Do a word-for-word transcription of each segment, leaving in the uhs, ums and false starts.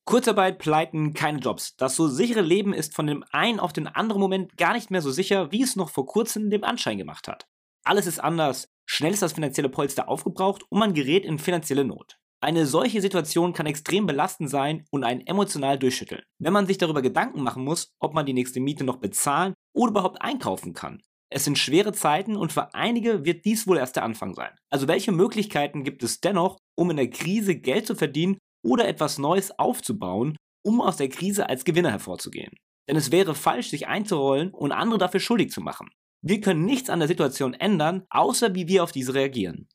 Kurzarbeit, Pleiten, keine Jobs. Das so sichere Leben ist von dem einen auf den anderen Moment gar nicht mehr so sicher, wie es noch vor kurzem den Anschein gemacht hat. Alles ist anders, schnell ist das finanzielle Polster aufgebraucht und man gerät in finanzielle Not. Eine solche Situation kann extrem belastend sein und einen emotional durchschütteln, wenn man sich darüber Gedanken machen muss, ob man die nächste Miete noch bezahlen oder überhaupt einkaufen kann. Es sind schwere Zeiten und für einige wird dies wohl erst der Anfang sein. Also welche Möglichkeiten gibt es dennoch, um in der Krise Geld zu verdienen oder etwas Neues aufzubauen, um aus der Krise als Gewinner hervorzugehen? Denn es wäre falsch, sich einzurollen und andere dafür schuldig zu machen. Wir können nichts an der Situation ändern, außer wie wir auf diese reagieren.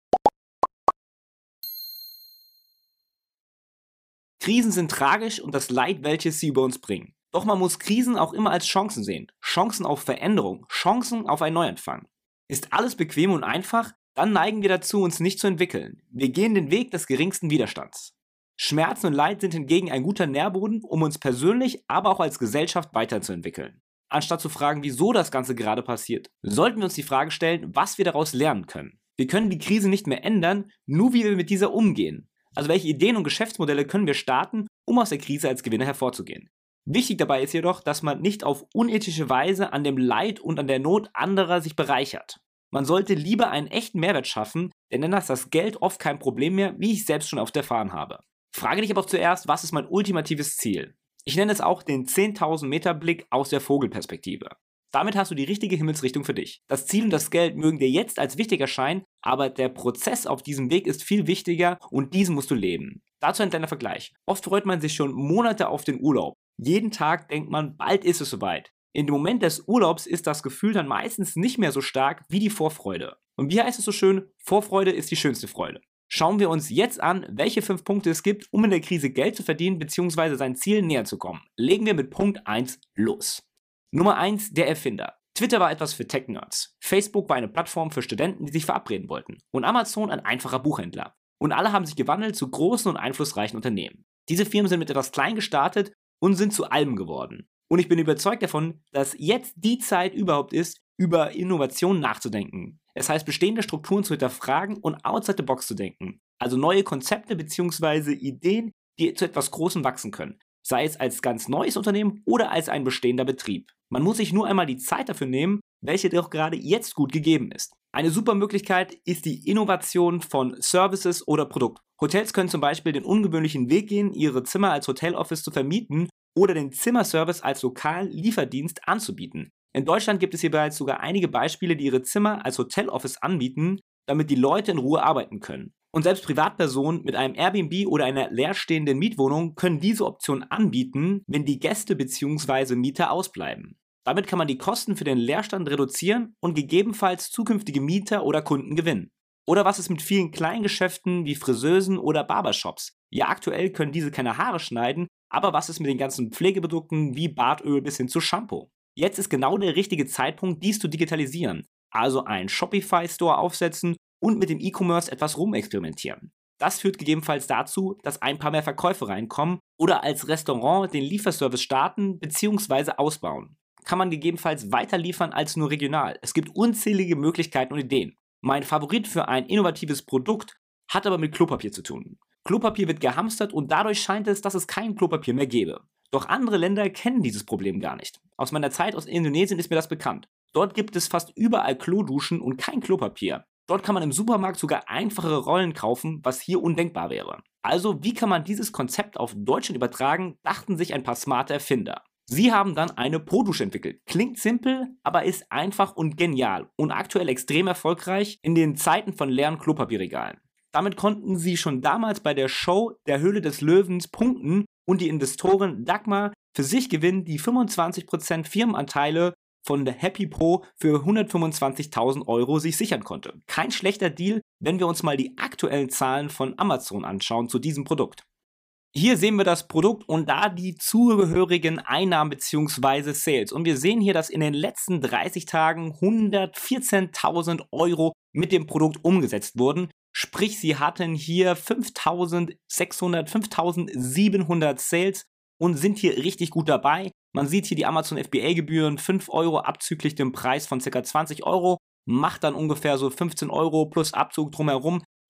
Krisen sind tragisch und das Leid, welches sie über uns bringen. Doch man muss Krisen auch immer als Chancen sehen. Chancen auf Veränderung, Chancen auf einen Neuanfang. Ist alles bequem und einfach, dann neigen wir dazu, uns nicht zu entwickeln. Wir gehen den Weg des geringsten Widerstands. Schmerzen und Leid sind hingegen ein guter Nährboden, um uns persönlich, aber auch als Gesellschaft weiterzuentwickeln. Anstatt zu fragen, wieso das Ganze gerade passiert, sollten wir uns die Frage stellen, was wir daraus lernen können. Wir können die Krise nicht mehr ändern, nur wie wir mit dieser umgehen. Also welche Ideen und Geschäftsmodelle können wir starten, um aus der Krise als Gewinner hervorzugehen. Wichtig dabei ist jedoch, dass man nicht auf unethische Weise an dem Leid und an der Not anderer sich bereichert. Man sollte lieber einen echten Mehrwert schaffen, denn dann ist das Geld oft kein Problem mehr, wie ich selbst schon oft erfahren habe. Frage dich aber auch zuerst, was ist mein ultimatives Ziel? Ich nenne es auch den zehntausend Meter Blick aus der Vogelperspektive. Damit hast du die richtige Himmelsrichtung für dich. Das Ziel und das Geld mögen dir jetzt als wichtig erscheinen, aber der Prozess auf diesem Weg ist viel wichtiger und diesen musst du leben. Dazu ein kleiner Vergleich. Oft freut man sich schon Monate auf den Urlaub. Jeden Tag denkt man, bald ist es soweit. In dem Moment des Urlaubs ist das Gefühl dann meistens nicht mehr so stark wie die Vorfreude. Und wie heißt es so schön? Vorfreude ist die schönste Freude. Schauen wir uns jetzt an, welche fünf Punkte es gibt, um in der Krise Geld zu verdienen bzw. sein Ziel näher zu kommen. Legen wir mit Punkt eins los. Nummer eins, der Erfinder. Twitter war etwas für Tech-Nerds. Facebook war eine Plattform für Studenten, die sich verabreden wollten. Und Amazon ein einfacher Buchhändler. Und alle haben sich gewandelt zu großen und einflussreichen Unternehmen. Diese Firmen sind mit etwas klein gestartet und sind zu allem geworden. Und ich bin überzeugt davon, dass jetzt die Zeit überhaupt ist, über Innovation nachzudenken. Es heißt, bestehende Strukturen zu hinterfragen und outside the box zu denken. Also neue Konzepte bzw. Ideen, die zu etwas Großem wachsen können. Sei es als ganz neues Unternehmen oder als ein bestehender Betrieb. Man muss sich nur einmal die Zeit dafür nehmen, welche doch gerade jetzt gut gegeben ist. Eine super Möglichkeit ist die Innovation von Services oder Produkten. Hotels können zum Beispiel den ungewöhnlichen Weg gehen, ihre Zimmer als Hoteloffice zu vermieten oder den Zimmerservice als lokalen Lieferdienst anzubieten. In Deutschland gibt es hier bereits sogar einige Beispiele, die ihre Zimmer als Hoteloffice anbieten, damit die Leute in Ruhe arbeiten können. Und selbst Privatpersonen mit einem Airbnb oder einer leerstehenden Mietwohnung können diese Option anbieten, wenn die Gäste bzw. Mieter ausbleiben. Damit kann man die Kosten für den Leerstand reduzieren und gegebenenfalls zukünftige Mieter oder Kunden gewinnen. Oder was ist mit vielen kleinen Geschäften wie Friseusen oder Barbershops? Ja, aktuell können diese keine Haare schneiden, aber was ist mit den ganzen Pflegeprodukten wie Bartöl bis hin zu Shampoo? Jetzt ist genau der richtige Zeitpunkt, dies zu digitalisieren. Also einen Shopify-Store aufsetzen und mit dem E-Commerce etwas rumexperimentieren. Das führt gegebenenfalls dazu, dass ein paar mehr Verkäufe reinkommen oder als Restaurant den Lieferservice starten bzw. ausbauen. Kann man gegebenenfalls weiter liefern als nur regional. Es gibt unzählige Möglichkeiten und Ideen. Mein Favorit für ein innovatives Produkt hat aber mit Klopapier zu tun. Klopapier wird gehamstert und dadurch scheint es, dass es kein Klopapier mehr gäbe. Doch andere Länder kennen dieses Problem gar nicht. Aus meiner Zeit aus Indonesien ist mir das bekannt. Dort gibt es fast überall Kloduschen und kein Klopapier. Dort kann man im Supermarkt sogar einfachere Rollen kaufen, was hier undenkbar wäre. Also, wie kann man dieses Konzept auf Deutschland übertragen, dachten sich ein paar smarte Erfinder. Sie haben dann eine Pro-Dusche entwickelt. Klingt simpel, aber ist einfach und genial und aktuell extrem erfolgreich in den Zeiten von leeren Klopapierregalen. Damit konnten sie schon damals bei der Show der Höhle des Löwens punkten und die Investoren Dagmar für sich gewinnen, die fünfundzwanzig Prozent Firmenanteile von der Happy Pro für hundertfünfundzwanzigtausend Euro sich sichern konnte. Kein schlechter Deal, wenn wir uns mal die aktuellen Zahlen von Amazon anschauen zu diesem Produkt. Hier sehen wir das Produkt und da die zugehörigen Einnahmen bzw. Sales. Und wir sehen hier, dass in den letzten dreißig Tagen hundertvierzehntausend Euro mit dem Produkt umgesetzt wurden. Sprich, sie hatten hier fünftausendsechshundert, fünftausendsiebenhundert Sales und sind hier richtig gut dabei. Man sieht hier die Amazon F B A-Gebühren, fünf Euro abzüglich dem Preis von ca. zwanzig Euro, macht dann ungefähr so fünfzehn Euro plus Abzug drumherum.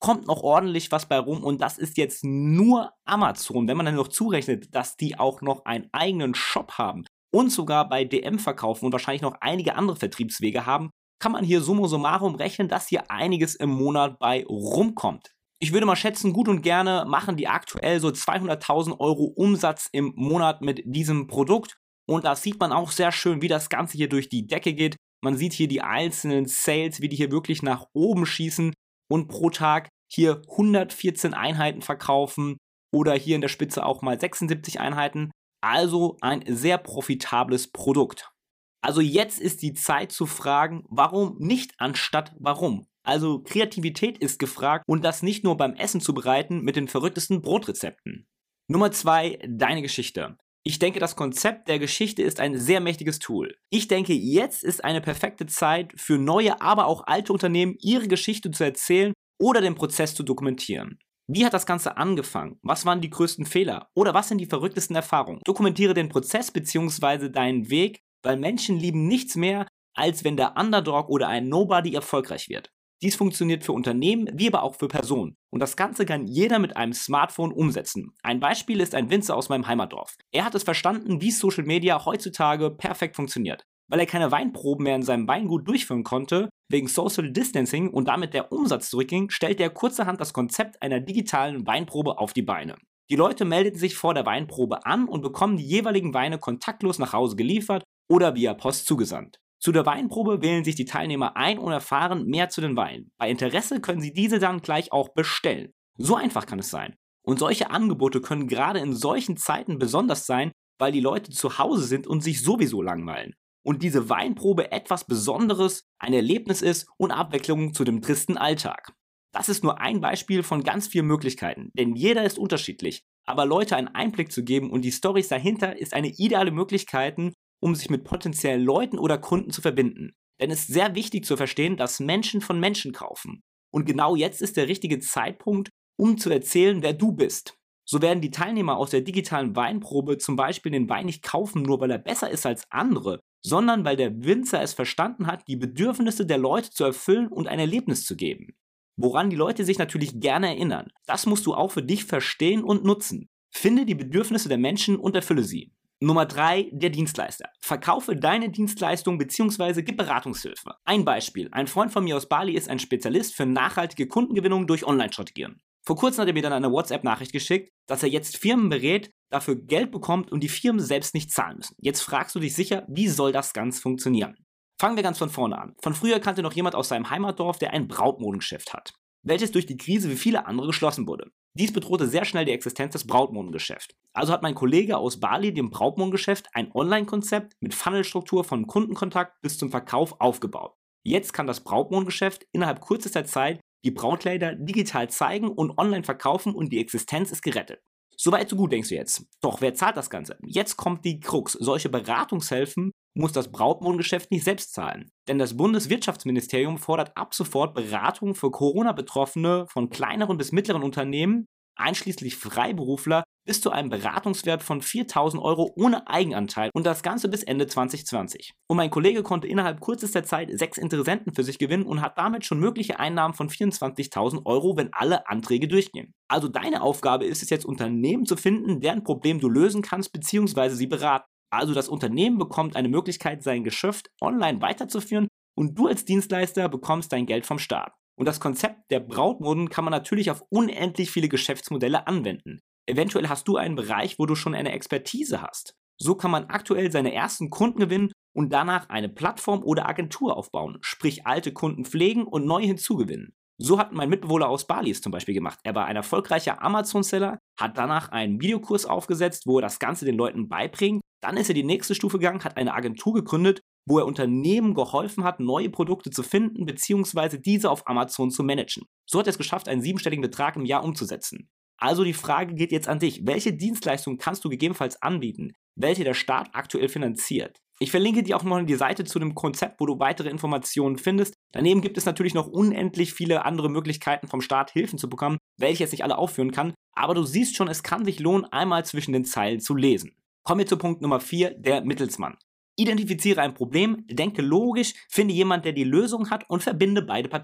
kommt noch ordentlich was bei rum und das ist jetzt nur Amazon. Wenn man dann noch zurechnet, dass die auch noch einen eigenen Shop haben und sogar bei D M verkaufen und wahrscheinlich noch einige andere Vertriebswege haben, kann man hier summa summarum rechnen, dass hier einiges im Monat bei rumkommt. Ich würde mal schätzen, gut und gerne machen die aktuell so zweihunderttausend Euro Umsatz im Monat mit diesem Produkt. Und da sieht man auch sehr schön, wie das Ganze hier durch die Decke geht. Man sieht hier die einzelnen Sales, wie die hier wirklich nach oben schießen und pro Tag hier hundertvierzehn Einheiten verkaufen oder hier in der Spitze auch mal sechsundsiebzig Einheiten. Also ein sehr profitables Produkt. Also jetzt ist die Zeit zu fragen, warum nicht anstatt warum. Also Kreativität ist gefragt und das nicht nur beim Essen zubereiten mit den verrücktesten Brotrezepten. Nummer zwei, deine Geschichte. Ich denke, das Konzept der Geschichte ist ein sehr mächtiges Tool. Ich denke, jetzt ist eine perfekte Zeit für neue, aber auch alte Unternehmen, ihre Geschichte zu erzählen oder den Prozess zu dokumentieren. Wie hat das Ganze angefangen? Was waren die größten Fehler? Oder was sind die verrücktesten Erfahrungen? Dokumentiere den Prozess bzw. deinen Weg, weil Menschen lieben nichts mehr, als wenn der Underdog oder ein Nobody erfolgreich wird. Dies funktioniert für Unternehmen, wie aber auch für Personen. Und das Ganze kann jeder mit einem Smartphone umsetzen. Ein Beispiel ist ein Winzer aus meinem Heimatdorf. Er hat es verstanden, wie Social Media heutzutage perfekt funktioniert. Weil er keine Weinproben mehr in seinem Weingut durchführen konnte, wegen Social Distancing und damit der Umsatz zurückging, stellte er kurzerhand das Konzept einer digitalen Weinprobe auf die Beine. Die Leute meldeten sich vor der Weinprobe an und bekommen die jeweiligen Weine kontaktlos nach Hause geliefert oder via Post zugesandt. Zu der Weinprobe wählen sich die Teilnehmer ein und erfahren mehr zu den Weinen. Bei Interesse können sie diese dann gleich auch bestellen. So einfach kann es sein. Und solche Angebote können gerade in solchen Zeiten besonders sein, weil die Leute zu Hause sind und sich sowieso langweilen. Und diese Weinprobe etwas Besonderes, ein Erlebnis ist und Abwechslung zu dem tristen Alltag. Das ist nur ein Beispiel von ganz vielen Möglichkeiten, denn jeder ist unterschiedlich. Aber Leute einen Einblick zu geben und die Storys dahinter ist eine ideale Möglichkeit, um sich mit potenziellen Leuten oder Kunden zu verbinden. Denn es ist sehr wichtig zu verstehen, dass Menschen von Menschen kaufen. Und genau jetzt ist der richtige Zeitpunkt, um zu erzählen, wer du bist. So werden die Teilnehmer aus der digitalen Weinprobe zum Beispiel den Wein nicht kaufen, nur weil er besser ist als andere, sondern weil der Winzer es verstanden hat, die Bedürfnisse der Leute zu erfüllen und ein Erlebnis zu geben. Woran die Leute sich natürlich gerne erinnern. Das musst du auch für dich verstehen und nutzen. Finde die Bedürfnisse der Menschen und erfülle sie. Nummer drei, der Dienstleister. Verkaufe deine Dienstleistung bzw. gib Beratungshilfe. Ein Beispiel. Ein Freund von mir aus Bali ist ein Spezialist für nachhaltige Kundengewinnung durch Online-Strategien. Vor kurzem hat er mir dann eine WhatsApp-Nachricht geschickt, dass er jetzt Firmen berät, dafür Geld bekommt und die Firmen selbst nicht zahlen müssen. Jetzt fragst du dich sicher, wie soll das Ganze funktionieren? Fangen wir ganz von vorne an. Von früher kannte noch jemand aus seinem Heimatdorf, der ein Brautmodengeschäft hat, welches durch die Krise wie viele andere geschlossen wurde. Dies bedrohte sehr schnell die Existenz des Brautmodengeschäfts. Also hat mein Kollege aus Bali dem Brautmodengeschäft ein Online-Konzept mit Funnelstruktur von Kundenkontakt bis zum Verkauf aufgebaut. Jetzt kann das Brautmodengeschäft innerhalb kürzester Zeit die Brautkleider digital zeigen und online verkaufen und die Existenz ist gerettet. Soweit so gut, denkst du jetzt. Doch wer zahlt das Ganze? Jetzt kommt die Krux. Solche Beratungshilfen muss das Brautmodengeschäft nicht selbst zahlen. Denn das Bundeswirtschaftsministerium fordert ab sofort Beratung für Corona-Betroffene von kleineren bis mittleren Unternehmen, einschließlich Freiberufler, bis zu einem Beratungswert von viertausend Euro ohne Eigenanteil und das Ganze bis Ende zwanzig zwanzig. Und mein Kollege konnte innerhalb kürzester Zeit sechs Interessenten für sich gewinnen und hat damit schon mögliche Einnahmen von vierundzwanzigtausend Euro, wenn alle Anträge durchgehen. Also deine Aufgabe ist es jetzt, Unternehmen zu finden, deren Problem du lösen kannst bzw. sie beraten. Also das Unternehmen bekommt eine Möglichkeit, sein Geschäft online weiterzuführen und du als Dienstleister bekommst dein Geld vom Staat. Und das Konzept der Brautmoden kann man natürlich auf unendlich viele Geschäftsmodelle anwenden. Eventuell hast du einen Bereich, wo du schon eine Expertise hast. So kann man aktuell seine ersten Kunden gewinnen und danach eine Plattform oder Agentur aufbauen, sprich alte Kunden pflegen und neue hinzugewinnen. So hat mein Mitbewohner aus Bali es zum Beispiel gemacht. Er war ein erfolgreicher Amazon-Seller, hat danach einen Videokurs aufgesetzt, wo er das Ganze den Leuten beibringt. Dann ist er die nächste Stufe gegangen, hat eine Agentur gegründet, wo er Unternehmen geholfen hat, neue Produkte zu finden bzw. diese auf Amazon zu managen. So hat er es geschafft, einen siebenstelligen Betrag im Jahr umzusetzen. Also die Frage geht jetzt an dich. Welche Dienstleistung kannst du gegebenenfalls anbieten, welche der Staat aktuell finanziert? Ich verlinke dir auch noch die Seite zu dem Konzept, wo du weitere Informationen findest. Daneben gibt es natürlich noch unendlich viele andere Möglichkeiten vom Staat Hilfen zu bekommen, welche ich jetzt nicht alle aufführen kann. Aber du siehst schon, es kann sich lohnen, einmal zwischen den Zeilen zu lesen. Kommen wir zu Punkt Nummer vier, der Mittelsmann. Identifiziere ein Problem, denke logisch, finde jemanden, der die Lösung hat und verbinde beide Parteien.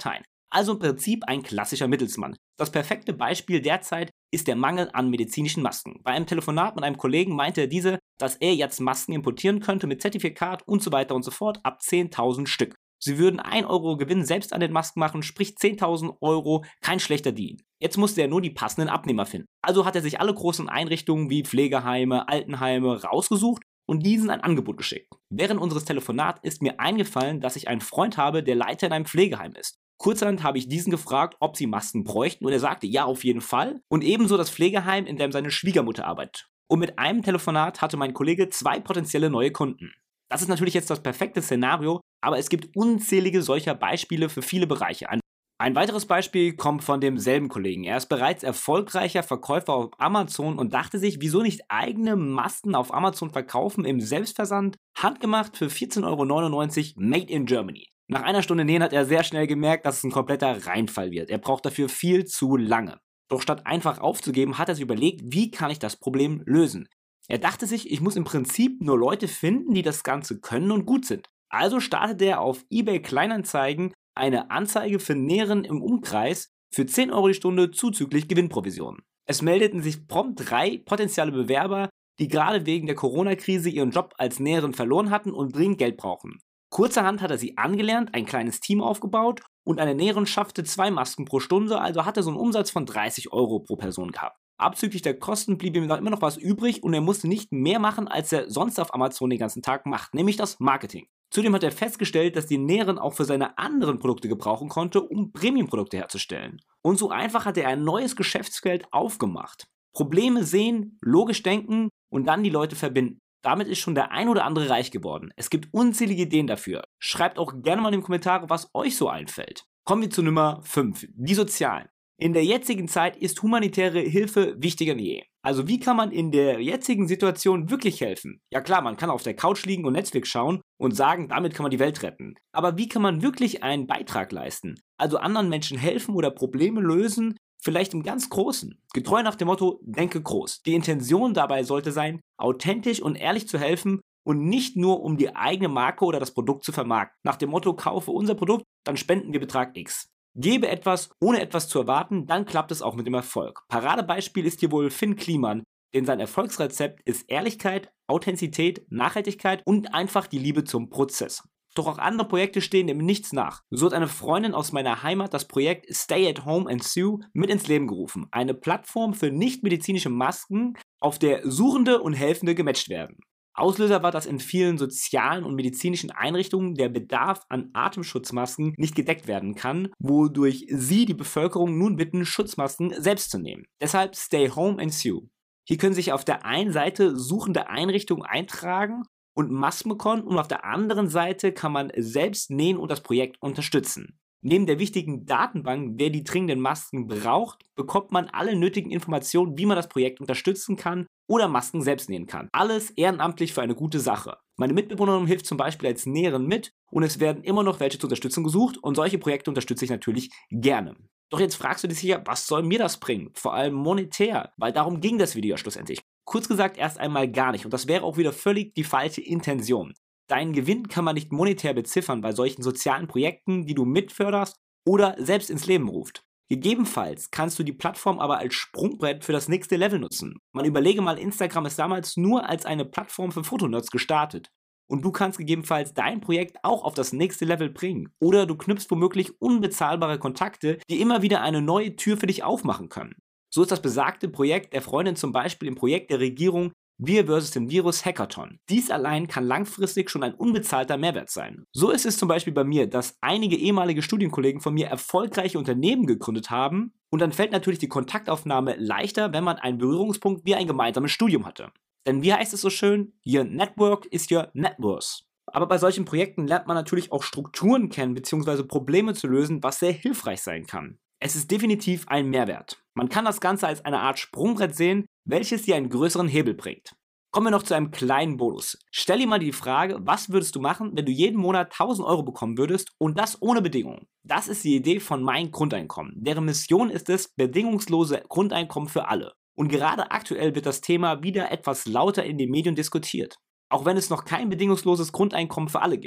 Also im Prinzip ein klassischer Mittelsmann. Das perfekte Beispiel derzeit ist der Mangel an medizinischen Masken. Bei einem Telefonat mit einem Kollegen meinte diese, dass er jetzt Masken importieren könnte mit Zertifikat und so weiter und so fort ab zehntausend Stück. Sie würden ein Euro Gewinn selbst an den Masken machen, sprich zehntausend Euro, kein schlechter Deal. Jetzt musste er nur die passenden Abnehmer finden. Also hat er sich alle großen Einrichtungen wie Pflegeheime, Altenheime rausgesucht und diesen ein Angebot geschickt. Während unseres Telefonats ist mir eingefallen, dass ich einen Freund habe, der Leiter in einem Pflegeheim ist. Kurzerhand habe ich diesen gefragt, ob sie Masken bräuchten und er sagte, ja, auf jeden Fall. Und ebenso das Pflegeheim, in dem seine Schwiegermutter arbeitet. Und mit einem Telefonat hatte mein Kollege zwei potenzielle neue Kunden. Das ist natürlich jetzt das perfekte Szenario, aber es gibt unzählige solcher Beispiele für viele Bereiche. Ein, ein weiteres Beispiel kommt von demselben Kollegen. Er ist bereits erfolgreicher Verkäufer auf Amazon und dachte sich, wieso nicht eigene Masken auf Amazon verkaufen im Selbstversand, handgemacht für vierzehn Euro neunundneunzig, made in Germany. Nach einer Stunde Nähen hat er sehr schnell gemerkt, dass es ein kompletter Reinfall wird. Er braucht dafür viel zu lange. Doch statt einfach aufzugeben, hat er sich überlegt, wie kann ich das Problem lösen. Er dachte sich, ich muss im Prinzip nur Leute finden, die das Ganze können und gut sind. Also startete er auf eBay Kleinanzeigen eine Anzeige für Näheren im Umkreis für zehn Euro die Stunde zuzüglich Gewinnprovision. Es meldeten sich prompt drei potenzielle Bewerber, die gerade wegen der Corona-Krise ihren Job als Näherin verloren hatten und dringend Geld brauchen. Kurzerhand hat er sie angelernt, ein kleines Team aufgebaut und eine Näherin schaffte zwei Masken pro Stunde, also hatte so einen Umsatz von dreißig Euro pro Person gehabt. Abzüglich der Kosten blieb ihm immer noch was übrig und er musste nicht mehr machen, als er sonst auf Amazon den ganzen Tag macht, nämlich das Marketing. Zudem hat er festgestellt, dass die Näherin auch für seine anderen Produkte gebrauchen konnte, um Premium-Produkte herzustellen. Und so einfach hat er ein neues Geschäftsfeld aufgemacht. Probleme sehen, logisch denken und dann die Leute verbinden. Damit ist schon der ein oder andere reich geworden. Es gibt unzählige Ideen dafür. Schreibt auch gerne mal in die Kommentare, was euch so einfällt. Kommen wir zu Nummer fünf, die Sozialen. In der jetzigen Zeit ist humanitäre Hilfe wichtiger denn je. Also wie kann man in der jetzigen Situation wirklich helfen? Ja klar, man kann auf der Couch liegen und Netflix schauen und sagen, damit kann man die Welt retten. Aber wie kann man wirklich einen Beitrag leisten? Also anderen Menschen helfen oder Probleme lösen? Vielleicht im ganz Großen. Getreu nach dem Motto, denke groß. Die Intention dabei sollte sein, authentisch und ehrlich zu helfen und nicht nur um die eigene Marke oder das Produkt zu vermarkten. Nach dem Motto, kaufe unser Produkt, dann spenden wir Betrag X. Gebe etwas, ohne etwas zu erwarten, dann klappt es auch mit dem Erfolg. Paradebeispiel ist hier wohl Finn Kliman, denn sein Erfolgsrezept ist Ehrlichkeit, Authentizität, Nachhaltigkeit und einfach die Liebe zum Prozess. Doch auch andere Projekte stehen dem nichts nach. So hat eine Freundin aus meiner Heimat das Projekt Stay at Home and Sue mit ins Leben gerufen. Eine Plattform für nichtmedizinische Masken, auf der Suchende und Helfende gematcht werden. Auslöser war, dass in vielen sozialen und medizinischen Einrichtungen der Bedarf an Atemschutzmasken nicht gedeckt werden kann, wodurch sie die Bevölkerung nun bitten, Schutzmasken selbst zu nehmen. Deshalb Stay Home and Sue. Hier können sich auf der einen Seite suchende Einrichtungen eintragen und Masken bekommen und auf der anderen Seite kann man selbst nähen und das Projekt unterstützen. Neben der wichtigen Datenbank, wer die dringenden Masken braucht, bekommt man alle nötigen Informationen, wie man das Projekt unterstützen kann oder Masken selbst nähen kann. Alles ehrenamtlich für eine gute Sache. Meine Mitbewohnerin hilft zum Beispiel als Näherin mit und es werden immer noch welche zur Unterstützung gesucht und solche Projekte unterstütze ich natürlich gerne. Doch jetzt fragst du dich sicher, was soll mir das bringen? Vor allem monetär, weil darum ging das Video schlussendlich. Kurz gesagt erst einmal gar nicht und das wäre auch wieder völlig die falsche Intention. Deinen Gewinn kann man nicht monetär beziffern bei solchen sozialen Projekten, die du mitförderst oder selbst ins Leben ruft. Gegebenenfalls kannst du die Plattform aber als Sprungbrett für das nächste Level nutzen. Man überlege mal, Instagram ist damals nur als eine Plattform für Fotonerds gestartet. Und du kannst gegebenenfalls dein Projekt auch auf das nächste Level bringen. Oder du knüpfst womöglich unbezahlbare Kontakte, die immer wieder eine neue Tür für dich aufmachen können. So ist das besagte Projekt der Freundin zum Beispiel im Projekt der Regierung Wir versus den Virus Hackathon. Dies allein kann langfristig schon ein unbezahlter Mehrwert sein. So ist es zum Beispiel bei mir, dass einige ehemalige Studienkollegen von mir erfolgreiche Unternehmen gegründet haben und dann fällt natürlich die Kontaktaufnahme leichter, wenn man einen Berührungspunkt wie ein gemeinsames Studium hatte. Denn wie heißt es so schön? Your network is your net worth. Aber bei solchen Projekten lernt man natürlich auch Strukturen kennen bzw. Probleme zu lösen, was sehr hilfreich sein kann. Es ist definitiv ein Mehrwert. Man kann das Ganze als eine Art Sprungbrett sehen, welches dir einen größeren Hebel bringt. Kommen wir noch zu einem kleinen Bonus. Stell dir mal die Frage, was würdest du machen, wenn du jeden Monat tausend Euro bekommen würdest und das ohne Bedingungen? Das ist die Idee von Mein Grundeinkommen. Deren Mission ist es, bedingungslose Grundeinkommen für alle. Und gerade aktuell wird das Thema wieder etwas lauter in den Medien diskutiert. Auch wenn es noch kein bedingungsloses Grundeinkommen für alle gibt.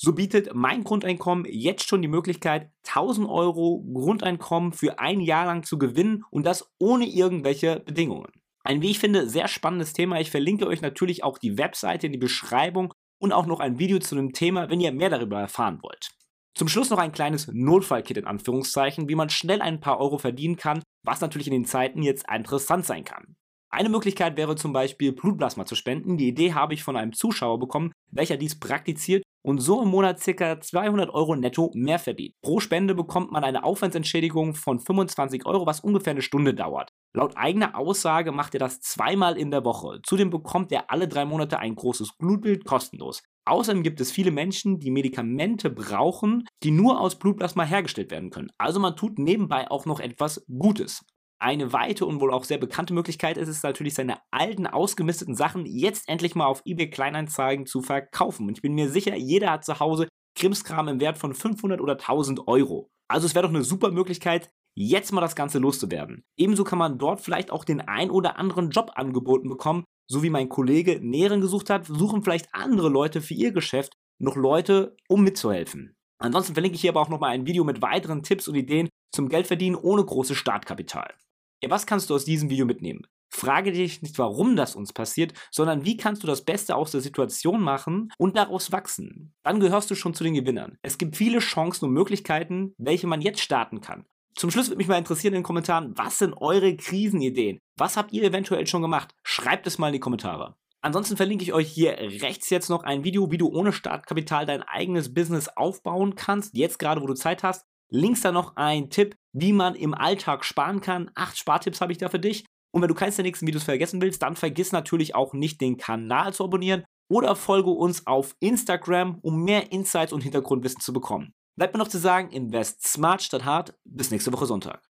So bietet mein Grundeinkommen jetzt schon die Möglichkeit, tausend Euro Grundeinkommen für ein Jahr lang zu gewinnen und das ohne irgendwelche Bedingungen. Ein, wie ich finde, sehr spannendes Thema. Ich verlinke euch natürlich auch die Webseite in die Beschreibung und auch noch ein Video zu dem Thema, wenn ihr mehr darüber erfahren wollt. Zum Schluss noch ein kleines Notfallkit in Anführungszeichen, wie man schnell ein paar Euro verdienen kann, was natürlich in den Zeiten jetzt interessant sein kann. Eine Möglichkeit wäre zum Beispiel Blutplasma zu spenden. Die Idee habe ich von einem Zuschauer bekommen, welcher dies praktiziert und so im Monat ca. zweihundert Euro netto mehr verdient. Pro Spende bekommt man eine Aufwandsentschädigung von fünfundzwanzig Euro, was ungefähr eine Stunde dauert. Laut eigener Aussage macht er das zweimal in der Woche. Zudem bekommt er alle drei Monate ein großes Blutbild kostenlos. Außerdem gibt es viele Menschen, die Medikamente brauchen, die nur aus Blutplasma hergestellt werden können. Also man tut nebenbei auch noch etwas Gutes. Eine weite und wohl auch sehr bekannte Möglichkeit ist es natürlich, seine alten, ausgemisteten Sachen jetzt endlich mal auf eBay Kleinanzeigen zu verkaufen. Und ich bin mir sicher, jeder hat zu Hause Krimskram im Wert von fünfhundert oder tausend Euro. Also es wäre doch eine super Möglichkeit, jetzt mal das Ganze loszuwerden. Ebenso kann man dort vielleicht auch den ein oder anderen Job angeboten bekommen. So wie mein Kollege Näherin gesucht hat, suchen vielleicht andere Leute für ihr Geschäft noch Leute, um mitzuhelfen. Ansonsten verlinke ich hier aber auch nochmal ein Video mit weiteren Tipps und Ideen zum Geldverdienen ohne großes Startkapital. Ja, was kannst du aus diesem Video mitnehmen? Frage dich nicht, warum das uns passiert, sondern wie kannst du das Beste aus der Situation machen und daraus wachsen? Dann gehörst du schon zu den Gewinnern. Es gibt viele Chancen und Möglichkeiten, welche man jetzt starten kann. Zum Schluss würde mich mal interessieren in den Kommentaren, was sind eure Krisenideen? Was habt ihr eventuell schon gemacht? Schreibt es mal in die Kommentare. Ansonsten verlinke ich euch hier rechts jetzt noch ein Video, wie du ohne Startkapital dein eigenes Business aufbauen kannst, jetzt gerade, wo du Zeit hast. Links da noch ein Tipp, wie man im Alltag sparen kann. Acht Spartipps habe ich da für dich. Und wenn du keins der nächsten Videos vergessen willst, dann vergiss natürlich auch nicht, den Kanal zu abonnieren oder folge uns auf Instagram, um mehr Insights und Hintergrundwissen zu bekommen. Bleibt mir noch zu sagen, invest smart statt hart. Bis nächste Woche Sonntag.